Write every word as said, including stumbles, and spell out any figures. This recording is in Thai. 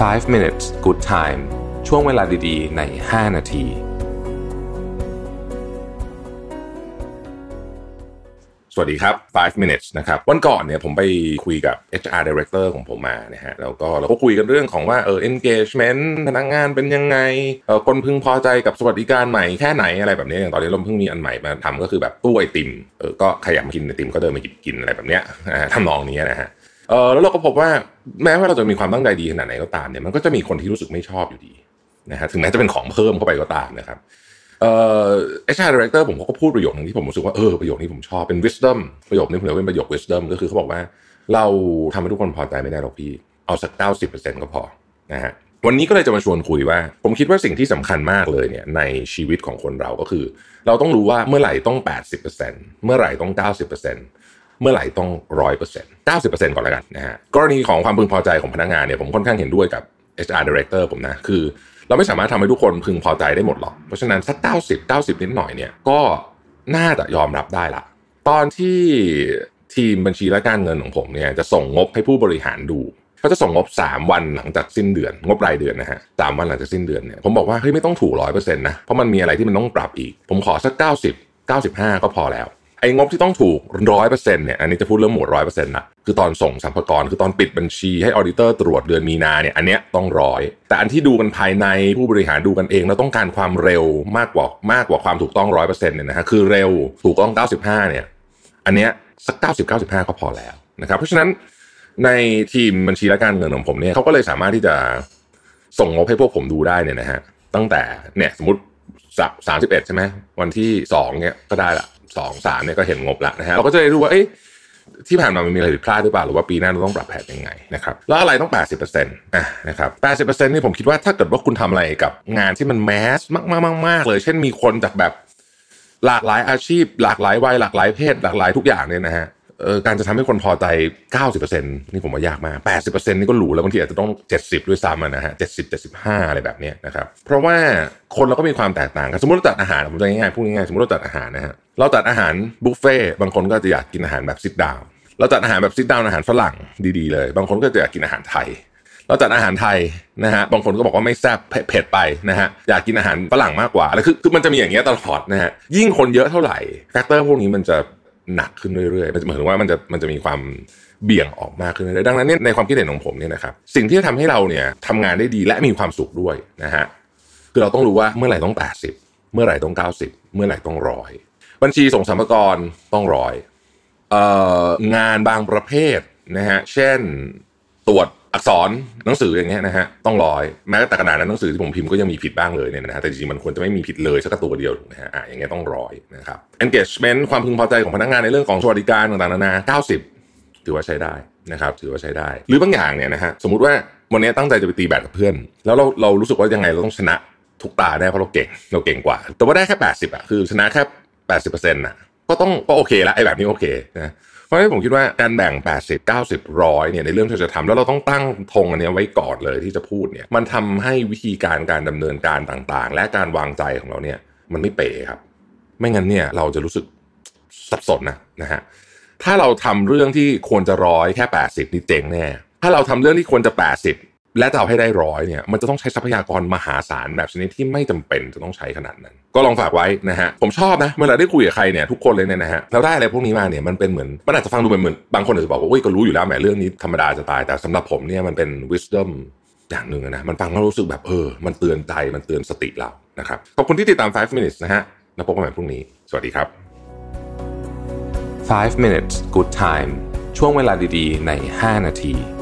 five minutes good time ช่วงเวลาดีๆในห้านาทีสวัสดีครับfive minutes นะครับวันก่อนเนี่ยผมไปคุยกับ เอช อาร์ Director ของผมมานะฮะแล้วก็เราก็คุยกันเรื่องของว่าเออ engagement พนักงานเป็นยังไงเออคนพึงพอใจกับสวัสดิการใหม่แค่ไหนอะไรแบบนี้อย่างตอนนี้เราเพิ่งมีอันใหม่มาทำก็คือแบบตู้ไอติมเออก็ใครอยากกินไอติมก็เดินมาหยิบกินอะไรแบบเนี้ยทำนองนี้นะฮะเออแล้วเราก็พบว่าแม้ว่าเราจะมีความตั้งใจดีขนาดไหนก็ตามเนี่ยมันก็จะมีคนที่รู้สึกไม่ชอบอยู่ดีนะฮะถึงแม้จะเป็นของเพิ่มเข้าไปก็ตามนะครับเอ่อ เอช อาร์ Director ผมก็พูดประโยคนึงที่ผมรู้สึกว่าเออประโยคนี้ผมชอบเป็น wisdom ประโยคนี้ผมเรียกว่าเป็นประโยค wisdom ก็คือเขาบอกว่าเราทำให้ทุกคนพอใจไม่ได้หรอกพี่เอาสัก เก้าสิบเปอร์เซ็นต์ ก็พอนะฮะวันนี้ก็เลยจะมาชวนคุยว่าผมคิดว่าสิ่งที่สำคัญมากเลยเนี่ยในชีวิตของคนเราก็คือเราต้องรู้ว่าเมื่อไหร่ต้อง แปดสิบเปอร์เซ็นต์ เมื่อไหร่ต้อง เก้าสิบเปอร์เซ็นต์ เมื่อไหร่ต้อง หนึ่งร้อยเปอร์เซ็นต์ เก้าสิบเปอร์เซ็นต์ ก่อนแล้วกันนะฮะกรณีของความพึงพอใจของพนักงานเนี่ยผมค่อนข้างเห็นด้วยกับ เอช อาร์ Director ผมนะคือเราไม่สามารถทำให้ทุกคนพึงพอใจได้หมดหรอกเพราะฉะนั้นสักเก้าสิบ เก้าสิบนิดหน่อยเนี่ยก็น่าจะยอมรับได้ละตอนที่ทีมบัญชีและการเงินของผมเนี่ยจะส่งงบให้ผู้บริหารดูเขาจะส่งงบสามวันหลังจากสิ้นเดือนงบรายเดือนนะฮะสามวันหลังจากสิ้นเดือนเนี่ยผมบอกว่าเฮ้ยไม่ต้องถูก หนึ่งร้อยเปอร์เซ็นต์ นะเพราะมันมีอะไรที่มันต้องปรับอีกผมขอสักเก้าสิบ เก้าสิบห้าก็พอแล้วไอ้งบที่ต้องถูก หนึ่งร้อยเปอร์เซ็นต์ เนี่ยอันนี้จะพูดเรื่องหมวด หนึ่งร้อยเปอร์เซ็นต์ ละคือตอนส่งสรรพากรคือตอนปิดบัญชีให้ออดิเตอร์ตรวจเดือนมีนาเนี่ยอันเนี้ยต้องร้อยแต่อันที่ดูกันภายในผู้บริหารดูกันเองแล้วต้องการความเร็วมากกว่ามากกว่าความถูกต้อง หนึ่งร้อยเปอร์เซ็นต์ เนี่ยนะฮะคือเร็วถูกต้องเก้าสิบห้าเนี่ยอันเนี้ยสักเก้าสิบ เก้าสิบห้าก็พอแล้วนะครับเพราะฉะนั้นในทีมบัญชีและการเงินของผมเนี่ยเขาก็เลยสามารถที่จะส่งงบให้พวกผมดูได้เนี่ยนะฮะตั้งแต่เนี่ยสมมุติสามสิบเอ็ดใช่มั้ยวันที่สองเนี่ยก็ได้ละสอง สามเนี่ยก็เห็นงบแล้วนะฮะเราก็จะได้รู้ว่าเอ๊ะที่ผ่านมามันมีอะไรผิดพลาดหรือเปล่าหรือว่าปีหน้าเราต้องปรับแผนยังไงนะครับแล้วอะไรต้อง แปดสิบเปอร์เซ็นต์ อ่ะนะครับ แปดสิบเปอร์เซ็นต์ นี่ผมคิดว่าถ้าเกิดว่าคุณทำอะไรกับงานที่มันแมสมากๆๆๆเลยเช่นมีคนจากแบบหลากหลายอาชีพหลากหลายวัยหลากหลายเพศหลากหลายทุกอย่างเนี่ยนะฮะเออการจะทำให้คนพอใจ เก้าสิบเปอร์เซ็นต์ นี่ผมว่ายากมาก แปดสิบเปอร์เซ็นต์ นี่ก็หรูแล้วบางทีอาจจะต้องเจ็ดสิบด้วยซ้ำนะฮะเจ็ดสิบ เจ็ดสิบห้าอะไรแบบนี้นะครับเพราะว่าคนเราก็มีความแตกต่างกันสมมุติเราจัดอาหารผมจะง่ายๆพูดง่ายๆสมมุติเราจัดอาหารนะฮะเราจัดอาหารบุฟเฟ่บางคนก็จะอยากกินอาหารแบบซิทดาวน์เราจัดอาหารแบบซิทดาวน์อาหารฝรั่งดีๆเลยบางคนก็จะอยากกินอาหารไทยเราจัดอาหารไทยนะฮะบางคนก็บอกว่าไม่แซ่บเผ็ดไปนะฮะอยากกินอาหารฝรั่งมากกว่าแล้วคือคือมันจะมีอย่างเงี้ยตลอดนะฮะยิ่งคนเยอะเท่าไหร่แฟกเตอร์พวกนี้มันจะหนักขึ้นเรื่อยๆมันจะหมายถึงว่ามันจะมันจะมีความเบี่ยงออกมากขึ้นเรื่อยๆดังนั้นเนี่ยในความคิดเห็นของผมเนี่ยนะครับสิ่งที่จะทำให้เราเนี่ยทำงานได้ดีและมีความสุขด้วยนะฮะคือเราต้องรู้ว่าเมื่อไหร่ต้องแปดสิบเมื่อไหร่ต้องเก้าสิบเมื่อไหร่ต้องหนึ่งร้อยบัญชีส่งสรรพากรต้องหนึ่งร้อยเอ่องานบางประเภทนะฮะเช่นตรวจอักษรหนังสืออย่างเงี้ยนะฮะต้องร้อยแม้แต่กระดาษหนังสือที่ผมพิมพ์ก็ยังมีผิดบ้างเลยเนี่ยนะฮะแต่จริงๆมันควรจะไม่มีผิดเลยสักตัวเดียวถูกไหมฮะอ่ะอย่างเงี้ยต้องร้อยนะครับ engagement ความพึงพอใจของพนักงานในเรื่องของสวัสดิการต่างๆนานาเก้าสิบถือว่าใช้ได้นะครับถือว่าใช้ได้หรือบางอย่างเนี่ยนะฮะสมมุติว่าวันนี้ตั้งใจจะไปตีแบดกับเพื่อนแล้วเราเรารู้สึกว่ายังไงเราต้องชนะทุกตาได้เพราะเราเก่งเราเก่งกว่าแต่ว่าได้แค่แปดสิบอ่ะคือชนะแค่ แปดสิบเปอร์เซ็นต์ น่ะก็ต้องก็โอเคละไอ้แบบนี้โอเคนะเพราะฉะนั้นผมคิดว่าการแบ่งแปดสิบ เก้าสิบ หนึ่งร้อยเนี่ยในเรื่องที่จะทำแล้วเราต้องตั้งธงอันนี้ไว้ก่อนเลยที่จะพูดเนี่ยมันทำให้วิธีการการดำเนินการต่างๆและการวางใจของเราเนี่ยมันไม่เป๋ครับไม่งั้นเนี่ยเราจะรู้สึกสับสนนะนะฮะถ้าเราทำเรื่องที่ควรจะร้อยแค่แปดสิบนี่เจ๋งแน่ถ้าเราทำเรื่องที่ควรจะแปดสิบและจะเอาให้ได้ร้อยเนี่ยมันจะต้องใช้ทรัพยากรมหาศาลแบบชนิดที่ไม่จำเป็นจะต้องใช้ขนาดนั้นก็ลองฝากไว้นะฮะผมชอบนะเวลาได้คุยกับใครเนี่ยทุกคนเลยเนี่ยนะฮะแล้วได้อะไรพวกนี้มาเนี่ยมันเป็นเหมือนมันอาจจะฟังดูเหมือนบางคนอาจจะบอกว่าโอ้ยก็รู้อยู่แล้วแหมเรื่องนี้ธรรมดาจะตายแต่สำหรับผมเนี่ยมันเป็น wisdom อย่างนึงนะมันฟังแล้วรู้สึกแบบเออมันเตือนใจมันเตือนสติเรานะครับขอบคุณที่ติดตามfive minutes นะฮะแล้วพบกันใหม่พรุ่งนี้สวัสดีครับfive minutes good time ช่วงเวลาดีๆในห้านาที